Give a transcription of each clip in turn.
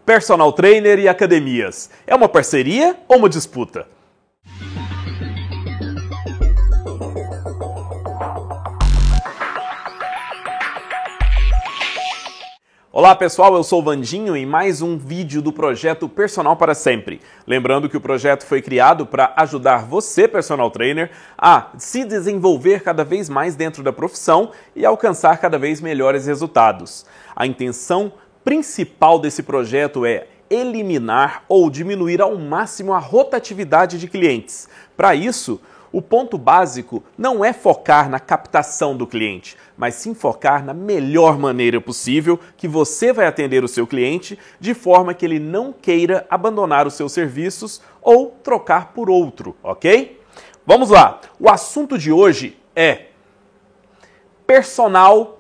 Personal Trainer e academias. É uma parceria ou uma disputa? Olá pessoal, eu sou o Vandinho em mais um vídeo do projeto Personal para Sempre. Lembrando que o projeto foi criado para ajudar você, personal trainer, a se desenvolver cada vez mais dentro da profissão e alcançar cada vez melhores resultados. A intenção principal desse projeto é eliminar ou diminuir ao máximo a rotatividade de clientes. Para isso, o ponto básico não é focar na captação do cliente, mas sim focar na melhor maneira possível que você vai atender o seu cliente de forma que ele não queira abandonar os seus serviços ou trocar por outro, ok? Vamos lá! O assunto de hoje é personal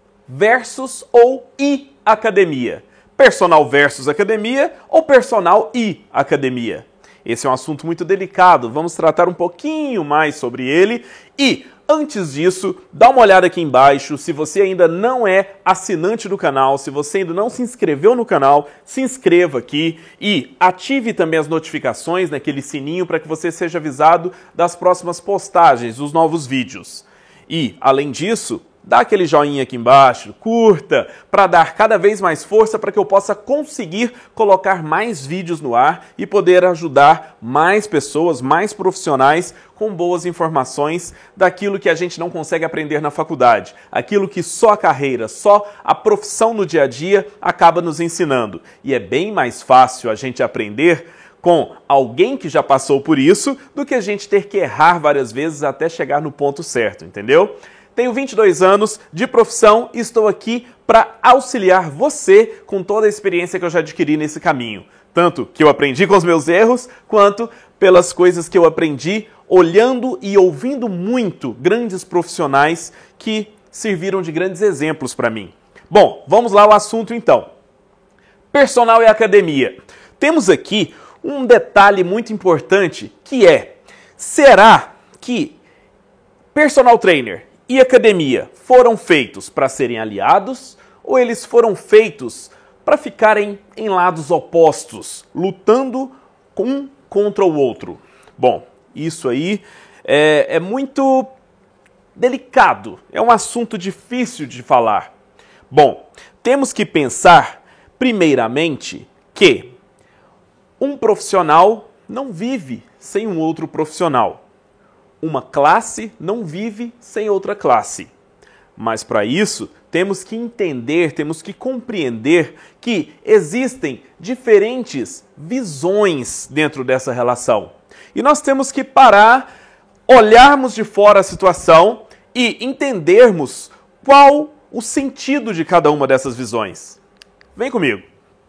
versus ou e academia. Personal versus academia ou personal e academia. Esse é um assunto muito delicado, vamos tratar um pouquinho mais sobre ele e, antes disso, dá uma olhada aqui embaixo, se você ainda não é assinante do canal, se você ainda não se inscreveu no canal, se inscreva aqui e ative também as notificações naquele sininho para que você seja avisado das próximas postagens, dos novos vídeos. E, além disso, dá aquele joinha aqui embaixo, curta, para dar cada vez mais força para que eu possa conseguir colocar mais vídeos no ar e poder ajudar mais pessoas, mais profissionais com boas informações daquilo que a gente não consegue aprender na faculdade, aquilo que só a carreira, só a profissão no dia a dia acaba nos ensinando. E é bem mais fácil a gente aprender com alguém que já passou por isso do que a gente ter que errar várias vezes até chegar no ponto certo, entendeu? Tenho 22 anos de profissão e estou aqui para auxiliar você com toda a experiência que eu já adquiri nesse caminho. Tanto que eu aprendi com os meus erros, quanto pelas coisas que eu aprendi olhando e ouvindo muito grandes profissionais que serviram de grandes exemplos para mim. Bom, vamos lá ao assunto então. Personal e academia. Temos aqui um detalhe muito importante que é, será que personal trainer e academia foram feitos para serem aliados ou eles foram feitos para ficarem em lados opostos, lutando um contra o outro? Bom, isso aí é muito delicado, é um assunto difícil de falar. Bom, temos que pensar, primeiramente, que um profissional não vive sem um outro profissional. Uma classe não vive sem outra classe. Mas para isso, temos que entender, temos que compreender que existem diferentes visões dentro dessa relação. E nós temos que parar, olharmos de fora a situação e entendermos qual o sentido de cada uma dessas visões. Vem comigo.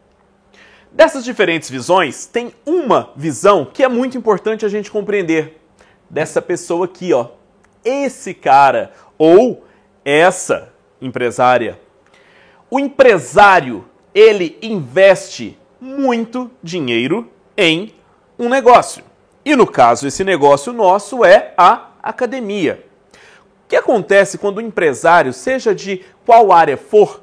Dessas diferentes visões, tem uma visão que é muito importante a gente compreender. Dessa pessoa aqui, ó, esse cara ou essa empresária. O empresário, ele investe muito dinheiro em um negócio. E no caso, esse negócio nosso é a academia. O que acontece quando o empresário, seja de qual área for,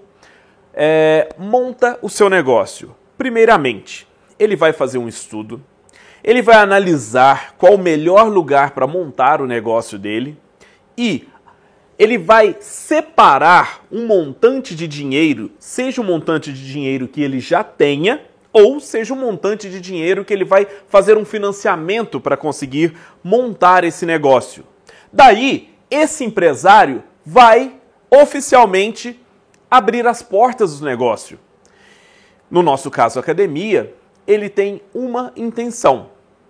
monta o seu negócio? Primeiramente, ele vai fazer um estudo. Ele vai analisar qual o melhor lugar para montar o negócio dele e ele vai separar um montante de dinheiro, seja um montante de dinheiro que ele já tenha ou seja um montante de dinheiro que ele vai fazer um financiamento para conseguir montar esse negócio. Daí, esse empresário vai oficialmente abrir as portas do negócio. No nosso caso, a academia, ele tem uma intenção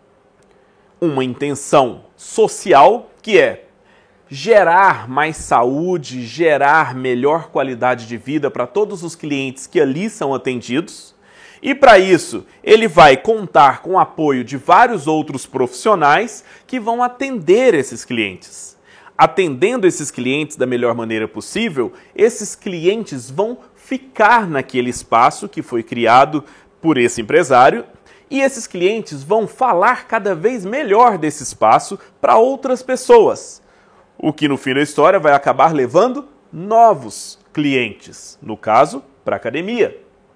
social, que é gerar mais saúde, gerar melhor qualidade de vida para todos os clientes que ali são atendidos. E para isso, ele vai contar com o apoio de vários outros profissionais que vão atender esses clientes. Atendendo esses clientes da melhor maneira possível, esses clientes vão ficar naquele espaço que foi criado por esse empresário e esses clientes vão falar cada vez melhor desse espaço para outras pessoas, o que no fim da história vai acabar levando novos clientes, no caso, para a academia.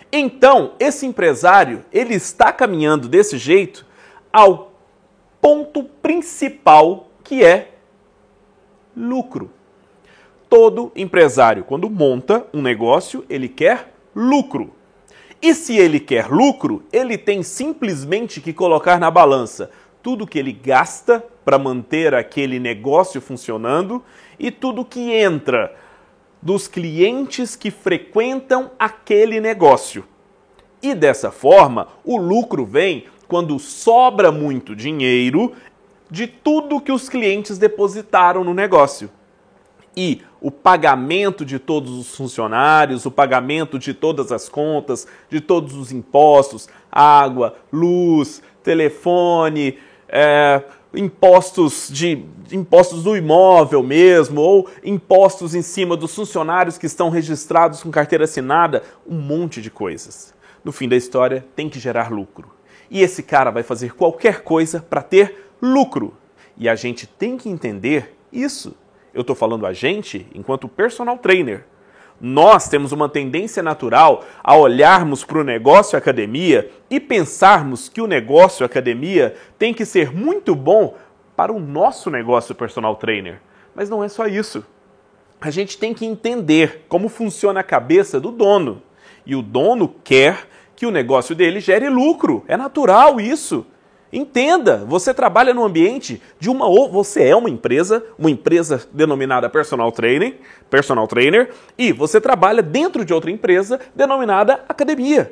Então, esse empresário, ele está caminhando desse jeito ao ponto principal, que é lucro. Todo empresário, quando monta um negócio, ele quer lucro. E se ele quer lucro, ele tem simplesmente que colocar na balança tudo que ele gasta para manter aquele negócio funcionando e tudo que entra dos clientes que frequentam aquele negócio. E dessa forma, o lucro vem quando sobra muito dinheiro de tudo que os clientes depositaram no negócio. E o pagamento de todos os funcionários, o pagamento de todas as contas, de todos os impostos, água, luz, telefone, impostos do imóvel mesmo, ou impostos em cima dos funcionários que estão registrados com carteira assinada, um monte de coisas. No fim da história, tem que gerar lucro. E esse cara vai fazer qualquer coisa para ter lucro. E a gente tem que entender isso. Eu estou falando a gente enquanto personal trainer. Nós temos uma tendência natural a olharmos para o negócio academia e pensarmos que o negócio academia tem que ser muito bom para o nosso negócio personal trainer. Mas não é só isso. A gente tem que entender como funciona a cabeça do dono. E o dono quer que o negócio dele gere lucro. É natural isso. Entenda, você trabalha no ambiente de você é uma empresa denominada personal trainer, e você trabalha dentro de outra empresa denominada academia.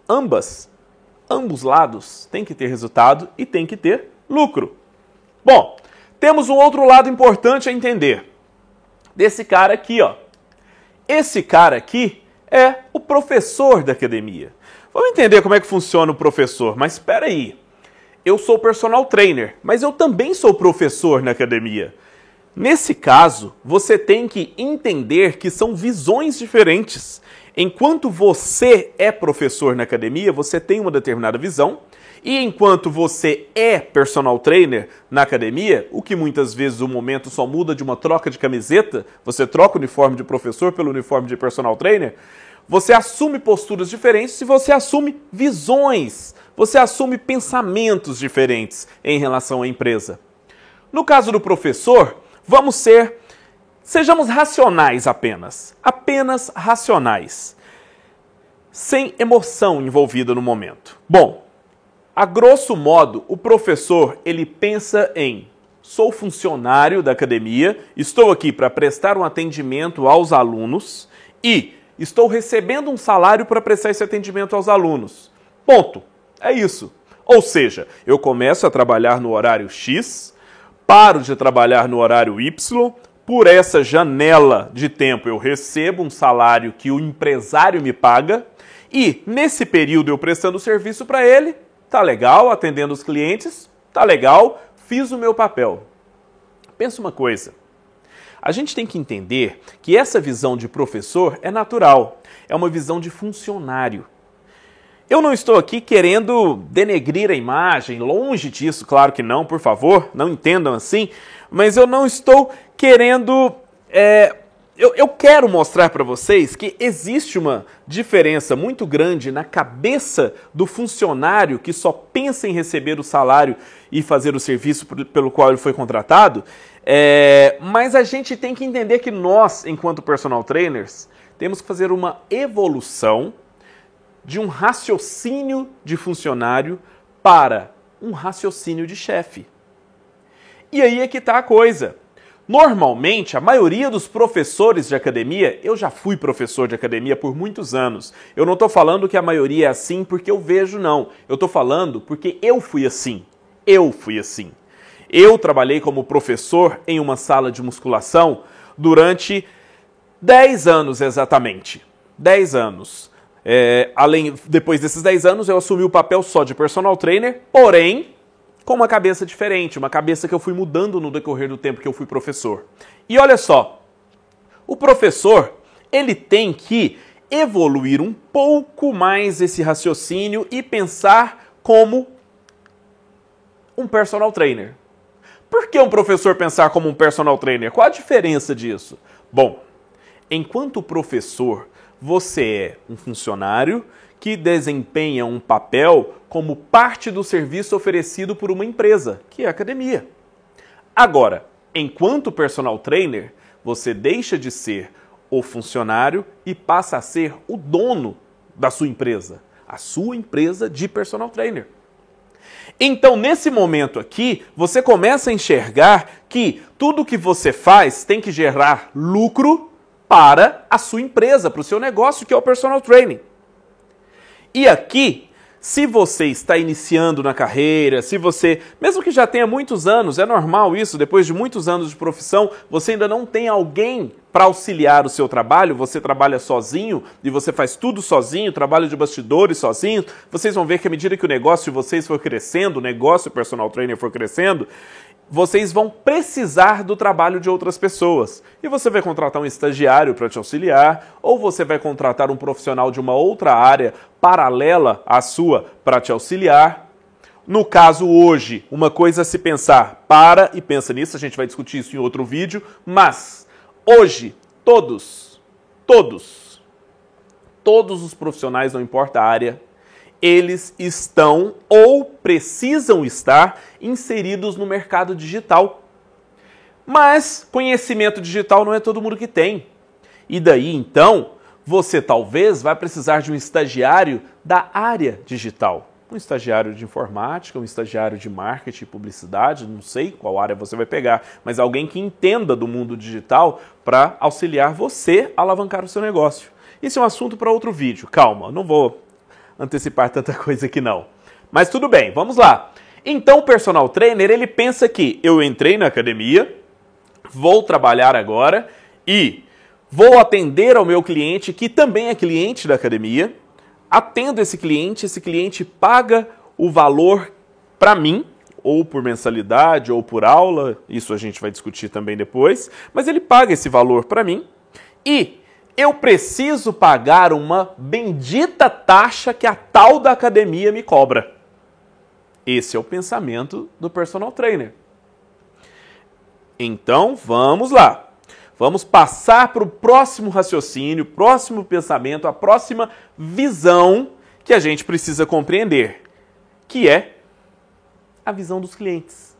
Ambos lados têm que ter resultado e têm que ter lucro. Bom, temos um outro lado importante a entender desse cara aqui, ó. Esse cara aqui é o professor da academia. Vamos entender como é que funciona o professor, mas espera aí. Eu sou personal trainer, mas eu também sou professor na academia. Nesse caso, você tem que entender que são visões diferentes. Enquanto você é professor na academia, você tem uma determinada visão, e enquanto você é personal trainer na academia, o que muitas vezes o momento só muda de uma troca de camiseta, você troca o uniforme de professor pelo uniforme de personal trainer, você assume posturas diferentes e você assume visões. Você assume pensamentos diferentes em relação à empresa. No caso do professor, sejamos racionais apenas racionais, sem emoção envolvida no momento. Bom, a grosso modo, o professor, ele pensa em: sou funcionário da academia, estou aqui para prestar um atendimento aos alunos e estou recebendo um salário para prestar esse atendimento aos alunos. Ponto. É isso. Ou seja, eu começo a trabalhar no horário X, paro de trabalhar no horário Y, por essa janela de tempo eu recebo um salário que o empresário me paga e nesse período eu prestando serviço para ele, tá legal, atendendo os clientes, tá legal, fiz o meu papel. Pensa uma coisa, a gente tem que entender que essa visão de professor é natural, é uma visão de funcionário. Eu não estou aqui querendo denegrir a imagem, longe disso, claro que não, por favor, não entendam assim, mas eu não estou querendo... Eu quero mostrar para vocês que existe uma diferença muito grande na cabeça do funcionário que só pensa em receber o salário e fazer o serviço pelo qual ele foi contratado, mas a gente tem que entender que nós, enquanto personal trainers, temos que fazer uma evolução de um raciocínio de funcionário para um raciocínio de chefe. E aí é que está a coisa. Normalmente, a maioria dos professores de academia, eu já fui professor de academia por muitos anos. Eu não estou falando que a maioria é assim porque eu vejo, não. Eu estou falando porque eu fui assim. Eu trabalhei como professor em uma sala de musculação durante 10 anos exatamente. 10 anos. Depois desses 10 anos, eu assumi o papel só de personal trainer, porém, com uma cabeça diferente, uma cabeça que eu fui mudando no decorrer do tempo que eu fui professor. E olha só, o professor, ele tem que evoluir um pouco mais esse raciocínio e pensar como um personal trainer. Por que um professor pensar como um personal trainer? Qual a diferença disso? Bom, enquanto professor, você é um funcionário que desempenha um papel como parte do serviço oferecido por uma empresa, que é a academia. Agora, enquanto personal trainer, você deixa de ser o funcionário e passa a ser o dono da sua empresa, a sua empresa de personal trainer. Então, nesse momento aqui, você começa a enxergar que tudo que você faz tem que gerar lucro para a sua empresa, para o seu negócio, que é o personal training. E aqui, se você está iniciando na carreira, se você, mesmo que já tenha muitos anos, é normal isso, depois de muitos anos de profissão, você ainda não tem alguém para auxiliar o seu trabalho, você trabalha sozinho e você faz tudo sozinho, trabalha de bastidores sozinho, vocês vão ver que à medida que o negócio de vocês for crescendo, o negócio personal trainer for crescendo, vocês vão precisar do trabalho de outras pessoas. E você vai contratar um estagiário para te auxiliar, ou você vai contratar um profissional de uma outra área paralela à sua para te auxiliar. No caso hoje, uma coisa a se pensar, para e pensa nisso, a gente vai discutir isso em outro vídeo, mas hoje todos os profissionais, não importa a área, eles estão ou precisam estar inseridos no mercado digital. Mas conhecimento digital não é todo mundo que tem. E daí, então, você talvez vai precisar de um estagiário da área digital. Um estagiário de informática, um estagiário de marketing e publicidade, não sei qual área você vai pegar, mas alguém que entenda do mundo digital para auxiliar você a alavancar o seu negócio. Isso é um assunto para outro vídeo. Calma, não vou antecipar tanta coisa aqui não. Mas tudo bem, vamos lá. Então o personal trainer, ele pensa que eu entrei na academia, vou trabalhar agora e vou atender ao meu cliente, que também é cliente da academia, atendo esse cliente paga o valor para mim, ou por mensalidade, ou por aula, isso a gente vai discutir também depois, mas ele paga esse valor para mim e eu preciso pagar uma bendita taxa que a tal da academia me cobra. Esse é o pensamento do personal trainer. Então, vamos lá. Vamos passar para o próximo raciocínio, próximo pensamento, a próxima visão que a gente precisa compreender, que é a visão dos clientes.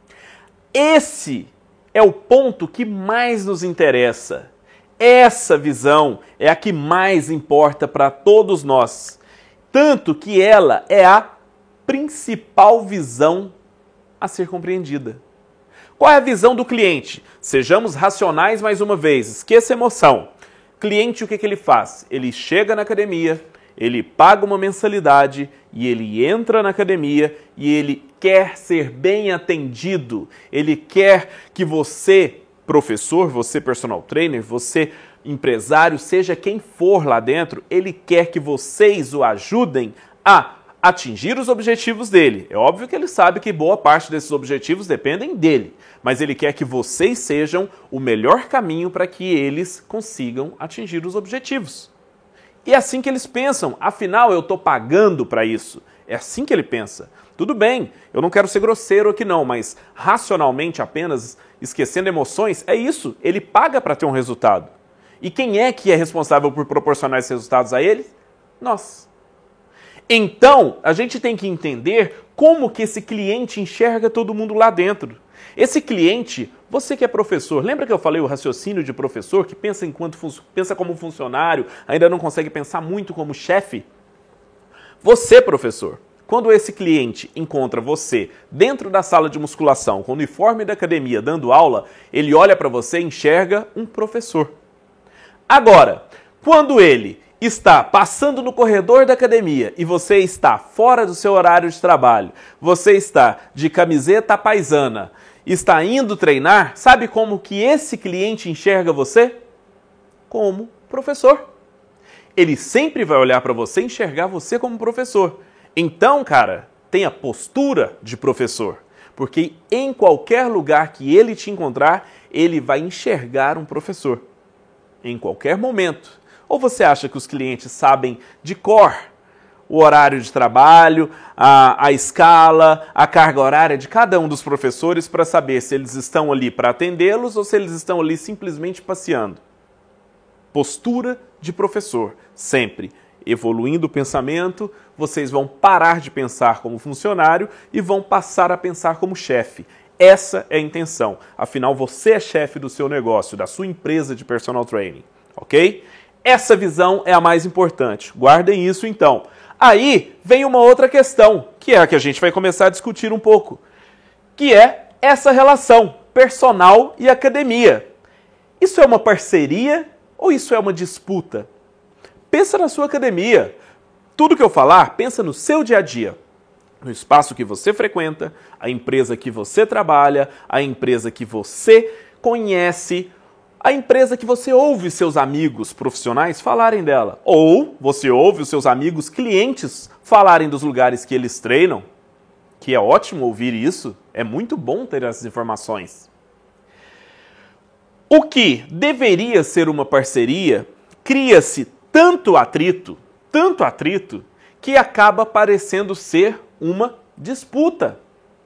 Esse é o ponto que mais nos interessa. Essa visão é a que mais importa para todos nós, tanto que ela é a principal visão a ser compreendida. Qual é a visão do cliente? Sejamos racionais mais uma vez, esqueça a emoção. Cliente, o que ele faz? Ele chega na academia, ele paga uma mensalidade e ele entra na academia e ele quer ser bem atendido. Ele quer que você, professor, você personal trainer, você empresário, seja quem for lá dentro, ele quer que vocês o ajudem a atingir os objetivos dele. É óbvio que ele sabe que boa parte desses objetivos dependem dele, mas ele quer que vocês sejam o melhor caminho para que eles consigam atingir os objetivos. E é assim que eles pensam, afinal eu estou pagando para isso. É assim que ele pensa. Tudo bem, eu não quero ser grosseiro aqui não, mas racionalmente apenas, esquecendo emoções, é isso, ele paga para ter um resultado. E quem é que é responsável por proporcionar esses resultados a ele? Nós. Então, a gente tem que entender como que esse cliente enxerga todo mundo lá dentro. Esse cliente, você que é professor, lembra que eu falei o raciocínio de professor, que pensa pensa como funcionário, ainda não consegue pensar muito como chefe? Você, professor, quando esse cliente encontra você dentro da sala de musculação, com o uniforme da academia, dando aula, ele olha para você e enxerga um professor. Agora, quando ele está passando no corredor da academia e você está fora do seu horário de trabalho, você está de camiseta paisana, está indo treinar, sabe como que esse cliente enxerga você? Como professor. Ele sempre vai olhar para você e enxergar você como professor. Então, cara, tenha postura de professor, porque em qualquer lugar que ele te encontrar, ele vai enxergar um professor. Em qualquer momento. Ou você acha que os clientes sabem de cor o horário de trabalho, a escala, a carga horária de cada um dos professores para saber se eles estão ali para atendê-los ou se eles estão ali simplesmente passeando? Postura de professor, sempre. Evoluindo o pensamento, vocês vão parar de pensar como funcionário e vão passar a pensar como chefe. Essa é a intenção. Afinal, você é chefe do seu negócio, da sua empresa de personal training, ok? Essa visão é a mais importante. Guardem isso então. Aí vem uma outra questão, que é a que a gente vai começar a discutir um pouco, que é essa relação personal e academia. Isso é uma parceria ou isso é uma disputa? Pensa na sua academia. Tudo que eu falar, pensa no seu dia a dia. No espaço que você frequenta, a empresa que você trabalha, a empresa que você conhece, a empresa que você ouve seus amigos profissionais falarem dela. Ou você ouve os seus amigos clientes falarem dos lugares que eles treinam, que é ótimo ouvir isso, é muito bom ter essas informações. O que deveria ser uma parceria, cria-se tanto atrito, que acaba parecendo ser uma disputa.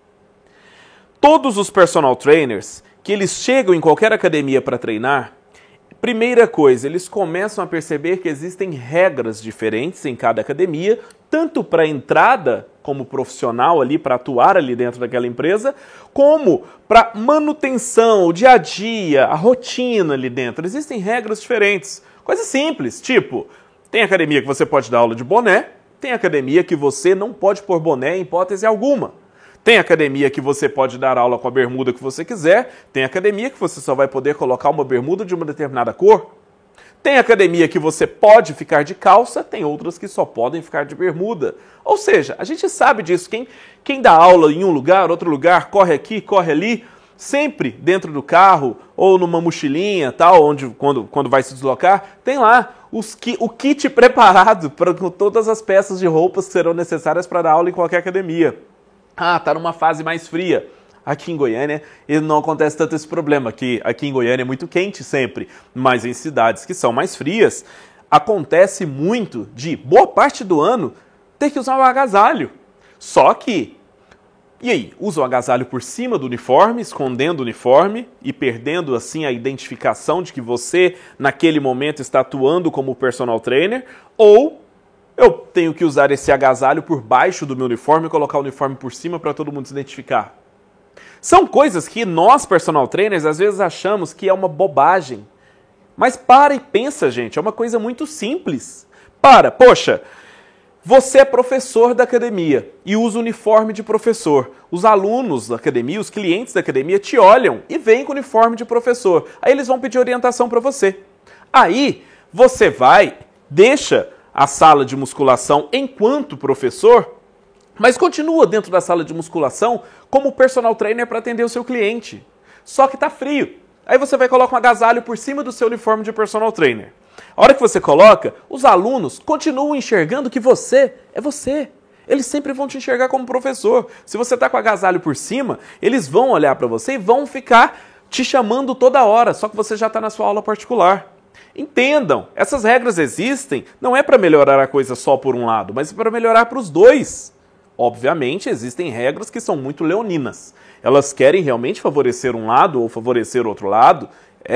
Todos os personal trainers que eles chegam em qualquer academia para treinar, primeira coisa, eles começam a perceber que existem regras diferentes em cada academia, tanto para a entrada como profissional ali, para atuar ali dentro daquela empresa, como para manutenção, o dia a dia, a rotina ali dentro. Existem regras diferentes. Coisa simples, tipo, tem academia que você pode dar aula de boné, tem academia que você não pode pôr boné em hipótese alguma. Tem academia que você pode dar aula com a bermuda que você quiser, tem academia que você só vai poder colocar uma bermuda de uma determinada cor. Tem academia que você pode ficar de calça, tem outras que só podem ficar de bermuda. Ou seja, a gente sabe disso. Quem dá aula em um lugar, outro lugar, corre aqui, corre ali, sempre dentro do carro ou numa mochilinha, tal, onde quando vai se deslocar, tem lá o kit preparado para todas as peças de roupas que serão necessárias para dar aula em qualquer academia. Ah, tá numa fase mais fria. Aqui em Goiânia não acontece tanto esse problema, que aqui em Goiânia é muito quente sempre, mas em cidades que são mais frias, acontece muito de, boa parte do ano, ter que usar um agasalho. Só que, e aí, usa o agasalho por cima do uniforme, escondendo o uniforme e perdendo assim a identificação de que você, naquele momento, está atuando como personal trainer, ou eu tenho que usar esse agasalho por baixo do meu uniforme e colocar o uniforme por cima para todo mundo se identificar. São coisas que nós, personal trainers, às vezes achamos que é uma bobagem. Mas para e pensa, gente, é uma coisa muito simples. Poxa, você é professor da academia e usa o uniforme de professor. Os alunos da academia, os clientes da academia te olham e vêm com o uniforme de professor. Aí eles vão pedir orientação para você. Aí você deixa a sala de musculação enquanto professor, mas continua dentro da sala de musculação como personal trainer para atender o seu cliente. Só que está frio. Aí você vai colocar um agasalho por cima do seu uniforme de personal trainer. A hora que você coloca, os alunos continuam enxergando que você é você. Eles sempre vão te enxergar como professor. Se você está com o agasalho por cima, eles vão olhar para você e vão ficar te chamando toda hora, só que você já está na sua aula particular. Entendam, essas regras existem, não é para melhorar a coisa só por um lado, mas para melhorar para os dois. Obviamente, existem regras que são muito leoninas. Elas querem realmente favorecer um lado ou favorecer outro lado,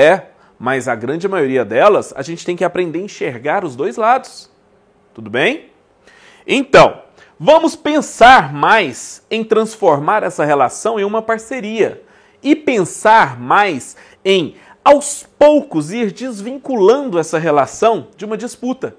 mas a grande maioria delas, a gente tem que aprender a enxergar os dois lados. Tudo bem? Então, vamos pensar mais em transformar essa relação em uma parceria e pensar mais em, aos poucos, ir desvinculando essa relação de uma disputa.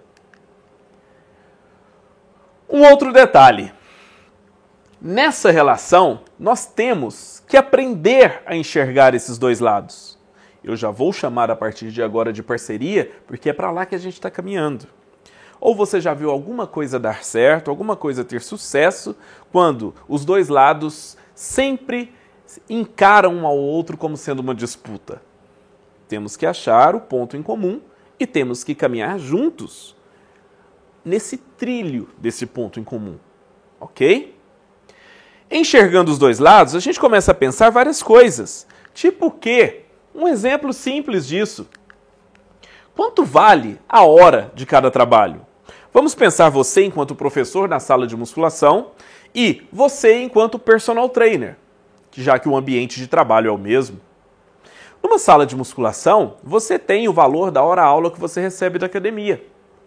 Um outro detalhe. Nessa relação, nós temos que aprender a enxergar esses dois lados. Eu já vou chamar a partir de agora de parceria, porque é para lá que a gente está caminhando. Ou você já viu alguma coisa dar certo, alguma coisa ter sucesso, quando os dois lados sempre encaram um ao outro como sendo uma disputa. Temos que achar o ponto em comum e temos que caminhar juntos nesse trilho desse ponto em comum, ok? Enxergando os dois lados, a gente começa a pensar várias coisas. Tipo o quê? Um exemplo simples disso. Quanto vale a hora de cada trabalho? Vamos pensar você enquanto professor na sala de musculação e você enquanto personal trainer, já que o ambiente de trabalho é o mesmo. Numa sala de musculação, você tem o valor da hora-aula que você recebe da academia.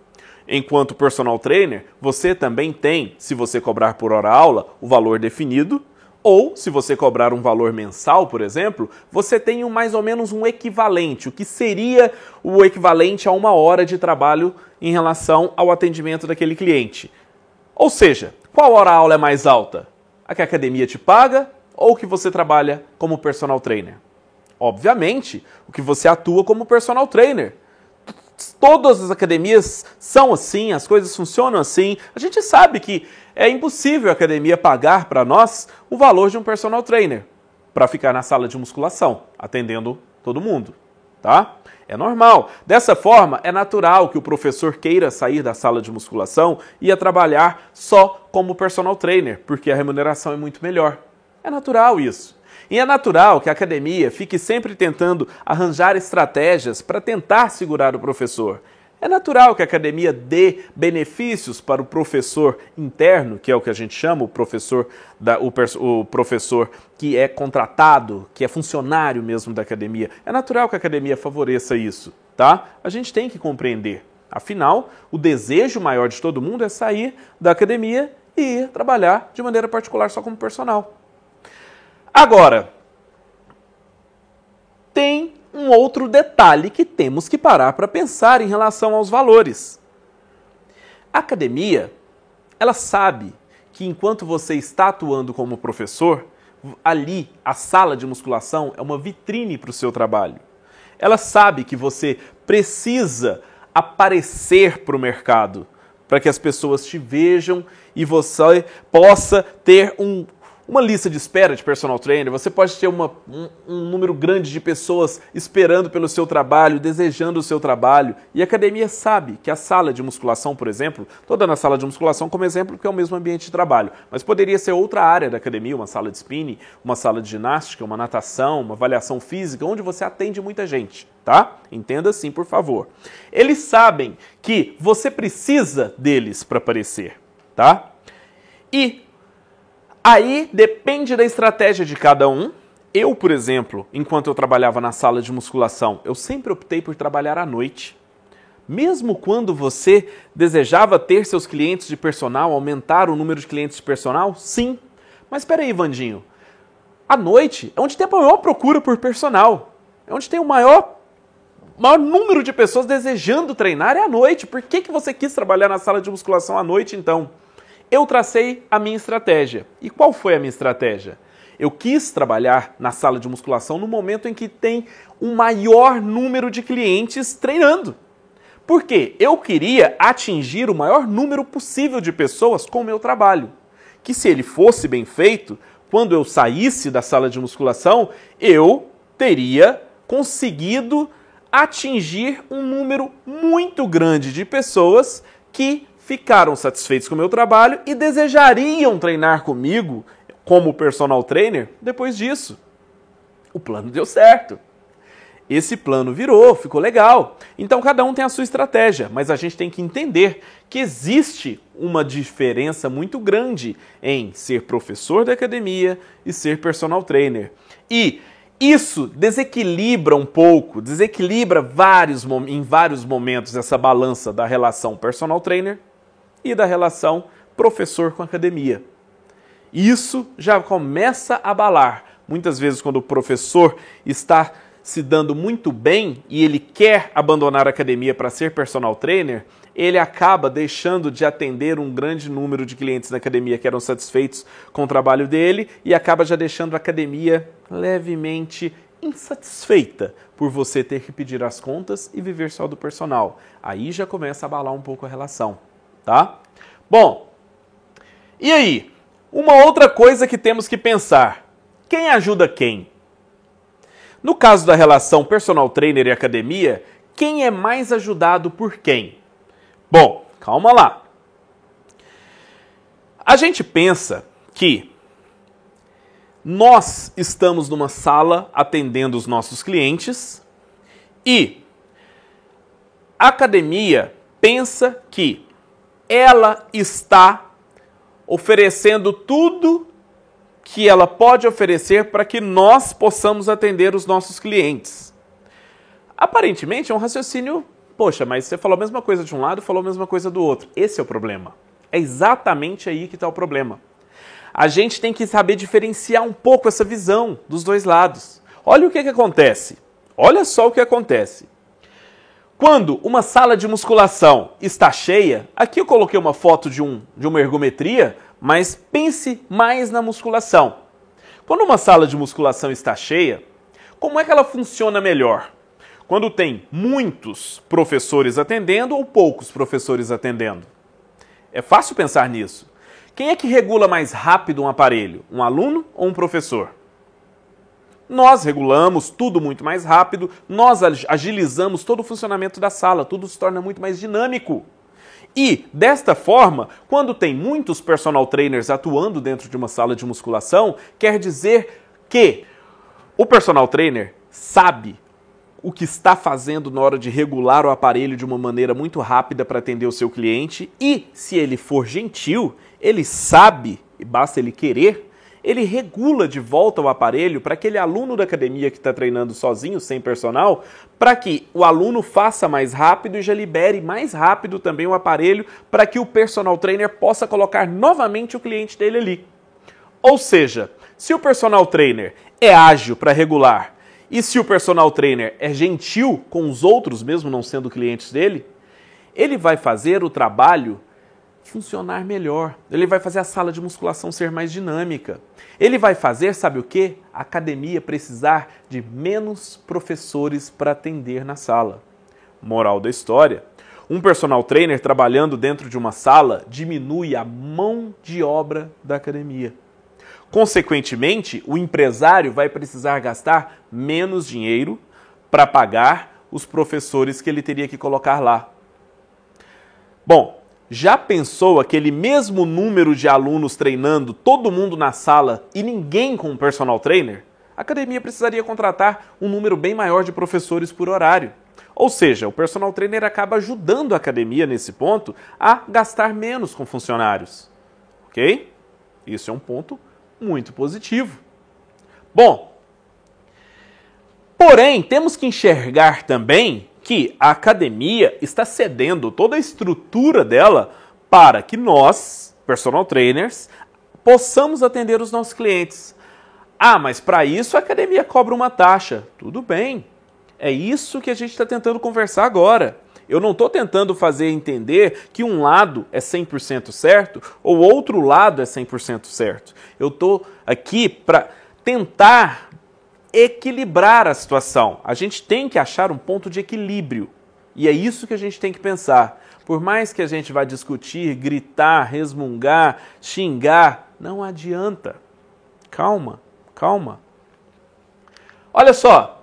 enquanto personal trainer, você também tem, se você cobrar por hora aula, o valor definido, ou se você cobrar um valor mensal, por exemplo, você tem mais ou menos um equivalente, o que seria o equivalente a 1 hora de trabalho em relação ao atendimento daquele cliente. Ou seja, qual hora aula é mais alta? A que a academia te paga ou que você trabalha como personal trainer? Obviamente, o que você atua como personal trainer. Todas as academias são assim, as coisas funcionam assim. A gente sabe que é impossível a academia pagar para nós o valor de um personal trainer para ficar na sala de musculação, atendendo todo mundo, tá? É normal. Dessa forma, é natural que o professor queira sair da sala de musculação e ir trabalhar só como personal trainer, porque a remuneração é muito melhor. É natural isso. E é natural que a academia fique sempre tentando arranjar estratégias para tentar segurar o professor. É natural que a academia dê benefícios para o professor interno, que é o que a gente chama, o professor que é contratado, que é funcionário mesmo da academia. É natural que a academia favoreça isso, tá? A gente tem que compreender. Afinal, o desejo maior de todo mundo é sair da academia e ir trabalhar de maneira particular só como personal. Agora, tem um outro detalhe que temos que parar para pensar em relação aos valores. A academia, ela sabe que enquanto você está atuando como professor, ali a sala de musculação é uma vitrine para o seu trabalho. Ela sabe que você precisa aparecer para o mercado, para que as pessoas te vejam e você possa ter uma lista de espera de personal trainer, você pode ter um número grande de pessoas esperando pelo seu trabalho, desejando o seu trabalho. E a academia sabe que a sala de musculação, por exemplo, estou dando a sala de musculação como exemplo porque é o mesmo ambiente de trabalho, mas poderia ser outra área da academia, uma sala de spinning, uma sala de ginástica, uma natação, uma avaliação física, onde você atende muita gente, tá? Entenda assim, por favor. Eles sabem que você precisa deles para aparecer, tá? E aí depende da estratégia de cada um. Eu, por exemplo, enquanto eu trabalhava na sala de musculação, eu sempre optei por trabalhar à noite. Mesmo quando você desejava ter seus clientes de personal, aumentar o número de clientes de personal, sim. Mas espera aí, Vandinho. À noite é onde tem a maior procura por personal. É onde tem o maior número de pessoas desejando treinar é à noite. Por que você quis trabalhar na sala de musculação à noite, então? Eu tracei a minha estratégia. E qual foi a minha estratégia? Eu quis trabalhar na sala de musculação no momento em que tem um maior número de clientes treinando. Por quê? Eu queria atingir o maior número possível de pessoas com o meu trabalho. Que se ele fosse bem feito, quando eu saísse da sala de musculação, eu teria conseguido atingir um número muito grande de pessoas que ficaram satisfeitos com o meu trabalho e desejariam treinar comigo como personal trainer depois disso. O plano deu certo. Esse plano virou, ficou legal. Então cada um tem a sua estratégia, mas a gente tem que entender que existe uma diferença muito grande em ser professor da academia e ser personal trainer. E isso desequilibra um pouco, em vários momentos essa balança da relação personal trainer e da relação professor com academia. Isso já começa a abalar. Muitas vezes quando o professor está se dando muito bem e ele quer abandonar a academia para ser personal trainer, ele acaba deixando de atender um grande número de clientes na academia que eram satisfeitos com o trabalho dele e acaba já deixando a academia levemente insatisfeita por você ter que pedir as contas e viver só do personal. Aí já começa a abalar um pouco a relação, tá? Bom, e aí? Uma outra coisa que temos que pensar. Quem ajuda quem? No caso da relação personal trainer e academia, quem é mais ajudado por quem? Bom, calma lá. A gente pensa que nós estamos numa sala atendendo os nossos clientes e a academia pensa que ela está oferecendo tudo que ela pode oferecer para que nós possamos atender os nossos clientes. Aparentemente é um raciocínio Poxa, mas você falou a mesma coisa de um lado e falou a mesma coisa do outro. Esse é o problema. É exatamente aí que está o problema. A gente tem que saber diferenciar um pouco essa visão dos dois lados. Olha o que acontece. Olha só o que acontece. Quando uma sala de musculação está cheia, aqui eu coloquei uma foto de uma ergometria, mas pense mais na musculação. Quando uma sala de musculação está cheia, como é que ela funciona melhor? Quando tem muitos professores atendendo ou poucos professores atendendo? É fácil pensar nisso. Quem é que regula mais rápido um aparelho? Um aluno ou um professor? Nós regulamos tudo muito mais rápido, nós agilizamos todo o funcionamento da sala, tudo se torna muito mais dinâmico. E, desta forma, quando tem muitos personal trainers atuando dentro de uma sala de musculação, quer dizer que o personal trainer sabe o que está fazendo na hora de regular o aparelho de uma maneira muito rápida para atender o seu cliente e, se ele for gentil, ele sabe, e basta ele querer, ele regula de volta o aparelho para aquele aluno da academia que está treinando sozinho, sem personal, para que o aluno faça mais rápido e já libere mais rápido também o aparelho para que o personal trainer possa colocar novamente o cliente dele ali. Ou seja, se o personal trainer é ágil para regular e se o personal trainer é gentil com os outros, mesmo não sendo clientes dele, ele vai fazer o trabalho funcionar melhor. Ele vai fazer a sala de musculação ser mais dinâmica. Ele vai fazer, sabe o quê? A academia precisar de menos professores para atender na sala. Moral da história: um personal trainer trabalhando dentro de uma sala diminui a mão de obra da academia. Consequentemente, o empresário vai precisar gastar menos dinheiro para pagar os professores que ele teria que colocar lá. Bom, já pensou aquele mesmo número de alunos treinando, todo mundo na sala e ninguém com um personal trainer? A academia precisaria contratar um número bem maior de professores por horário. Ou seja, o personal trainer acaba ajudando a academia nesse ponto a gastar menos com funcionários. Ok? Isso é um ponto muito positivo. Bom, porém, temos que enxergar também que a academia está cedendo toda a estrutura dela para que nós, personal trainers, possamos atender os nossos clientes. Ah, mas para isso a academia cobra uma taxa. Tudo bem, é isso que a gente está tentando conversar agora. Eu não estou tentando fazer entender que um lado é 100% certo ou outro lado é 100% certo. Eu estou aqui para tentar equilibrar a situação. A gente tem que achar um ponto de equilíbrio. E é isso que a gente tem que pensar. Por mais que a gente vá discutir, gritar, resmungar, xingar, não adianta. Calma, calma. Olha só.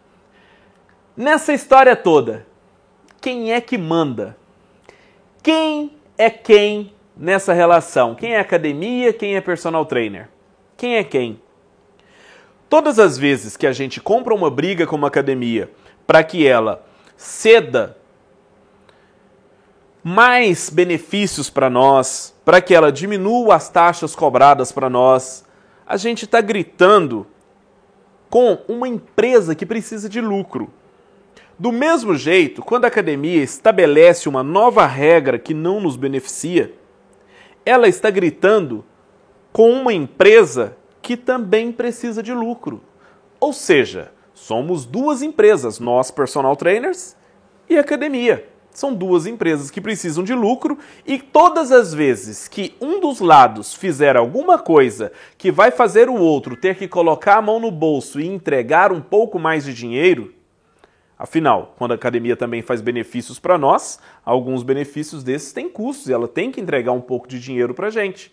Nessa história toda, quem é que manda? Quem é quem nessa relação? Quem é academia? Quem é personal trainer? Quem é quem? Todas as vezes que a gente compra uma briga com uma academia para que ela ceda mais benefícios para nós, para que ela diminua as taxas cobradas para nós, a gente está gritando com uma empresa que precisa de lucro. Do mesmo jeito, quando a academia estabelece uma nova regra que não nos beneficia, ela está gritando com uma empresa que também precisa de lucro. Ou seja, somos duas empresas, nós personal trainers e academia. São duas empresas que precisam de lucro e todas as vezes que um dos lados fizer alguma coisa que vai fazer o outro ter que colocar a mão no bolso e entregar um pouco mais de dinheiro, afinal, quando a academia também faz benefícios para nós, alguns benefícios desses têm custos e ela tem que entregar um pouco de dinheiro para a gente.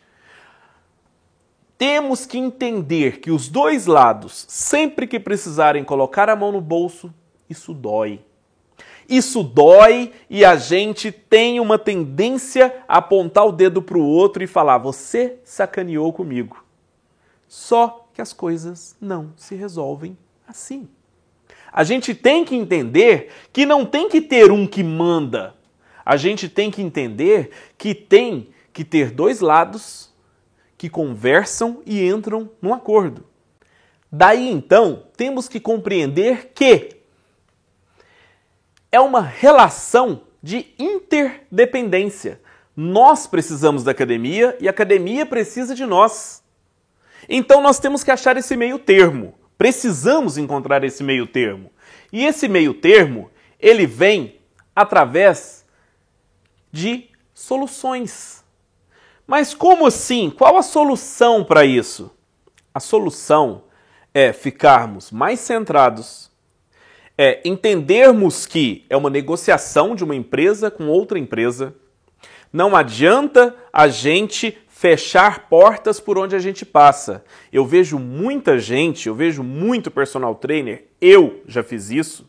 Temos que entender que os dois lados, sempre que precisarem colocar a mão no bolso, isso dói. Isso dói e a gente tem uma tendência a apontar o dedo para o outro e falar: você sacaneou comigo. Só que as coisas não se resolvem assim. A gente tem que entender que não tem que ter um que manda. A gente tem que entender que tem que ter dois lados que conversam e entram num acordo. Daí, então, temos que compreender que é uma relação de interdependência. Nós precisamos da academia e a academia precisa de nós. Então nós temos que achar esse meio termo. Precisamos encontrar esse meio termo. E esse meio termo, ele vem através de soluções. Mas como assim? Qual a solução para isso? A solução é ficarmos mais centrados, é entendermos que é uma negociação de uma empresa com outra empresa. Não adianta a gente fechar portas por onde a gente passa. Eu vejo muita gente, eu vejo muito personal trainer, eu já fiz isso,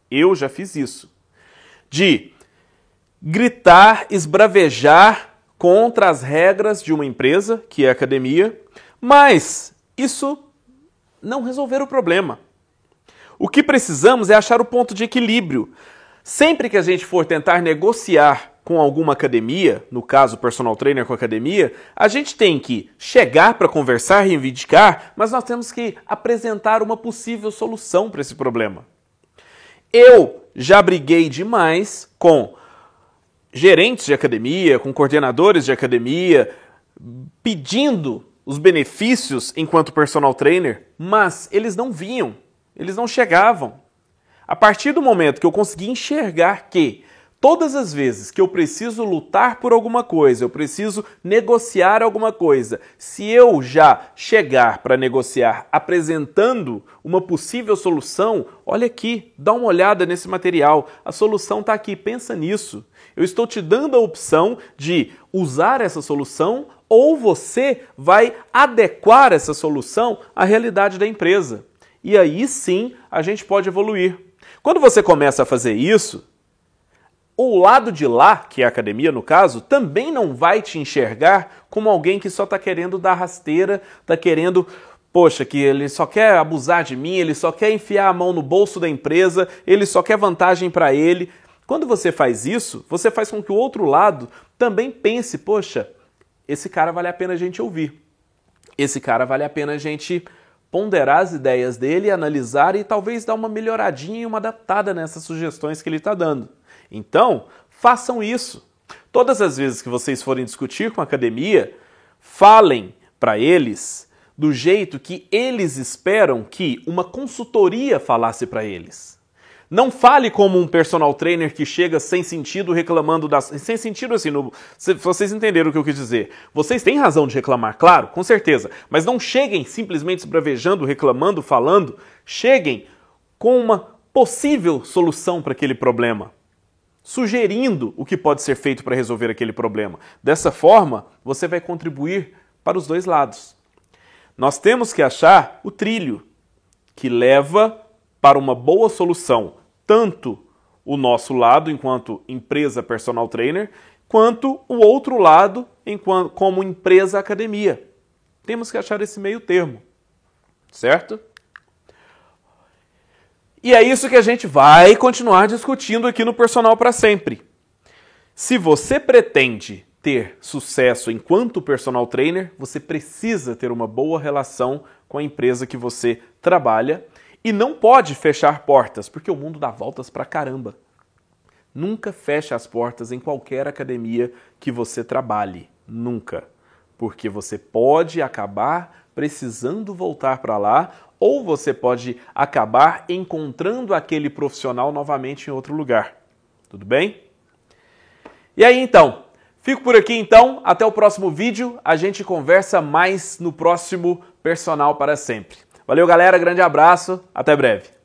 de gritar, esbravejar contra as regras de uma empresa, que é a academia, mas isso não resolver o problema. O que precisamos é achar o ponto de equilíbrio. Sempre que a gente for tentar negociar com alguma academia, no caso personal trainer com academia, a gente tem que chegar para conversar, reivindicar, mas nós temos que apresentar uma possível solução para esse problema. Eu já briguei demais com gerentes de academia, com coordenadores de academia, pedindo os benefícios enquanto personal trainer, mas eles não vinham, eles não chegavam. A partir do momento que eu consegui enxergar que todas as vezes que eu preciso lutar por alguma coisa, eu preciso negociar alguma coisa, se eu já chegar para negociar apresentando uma possível solução, olha aqui, dá uma olhada nesse material, a solução está aqui, pensa nisso. Eu estou te dando a opção de usar essa solução ou você vai adequar essa solução à realidade da empresa. E aí sim a gente pode evoluir. Quando você começa a fazer isso, o lado de lá, que é a academia no caso, também não vai te enxergar como alguém que só está querendo dar rasteira, está querendo, poxa, que ele só quer abusar de mim, ele só quer enfiar a mão no bolso da empresa, ele só quer vantagem para ele. Quando você faz isso, você faz com que o outro lado também pense, poxa, esse cara vale a pena a gente ouvir. Esse cara vale a pena a gente ponderar as ideias dele, analisar e talvez dar uma melhoradinha e uma adaptada nessas sugestões que ele está dando. Então, façam isso. Todas as vezes que vocês forem discutir com a academia, falem para eles do jeito que eles esperam que uma consultoria falasse para eles. Não fale como um personal trainer que chega sem sentido reclamando das... Sem sentido assim, vocês entenderam o que eu quis dizer. Vocês têm razão de reclamar, claro, com certeza. Mas não cheguem simplesmente esbravejando, reclamando, falando. Cheguem com uma possível solução para aquele problema. Sugerindo o que pode ser feito para resolver aquele problema. Dessa forma, você vai contribuir para os dois lados. Nós temos que achar o trilho que leva para uma boa solução, tanto o nosso lado enquanto empresa personal trainer, quanto o outro lado como empresa academia. Temos que achar esse meio termo, certo? E é isso que a gente vai continuar discutindo aqui no Personal para Sempre. Se você pretende ter sucesso enquanto personal trainer, você precisa ter uma boa relação com a empresa que você trabalha e não pode fechar portas, porque o mundo dá voltas pra caramba. Nunca feche as portas em qualquer academia que você trabalhe. Nunca. Porque você pode acabar precisando voltar para lá ou você pode acabar encontrando aquele profissional novamente em outro lugar. Tudo bem? E aí então, fico por aqui então, até o próximo vídeo, a gente conversa mais no próximo Personal para Sempre. Valeu galera, grande abraço, até breve.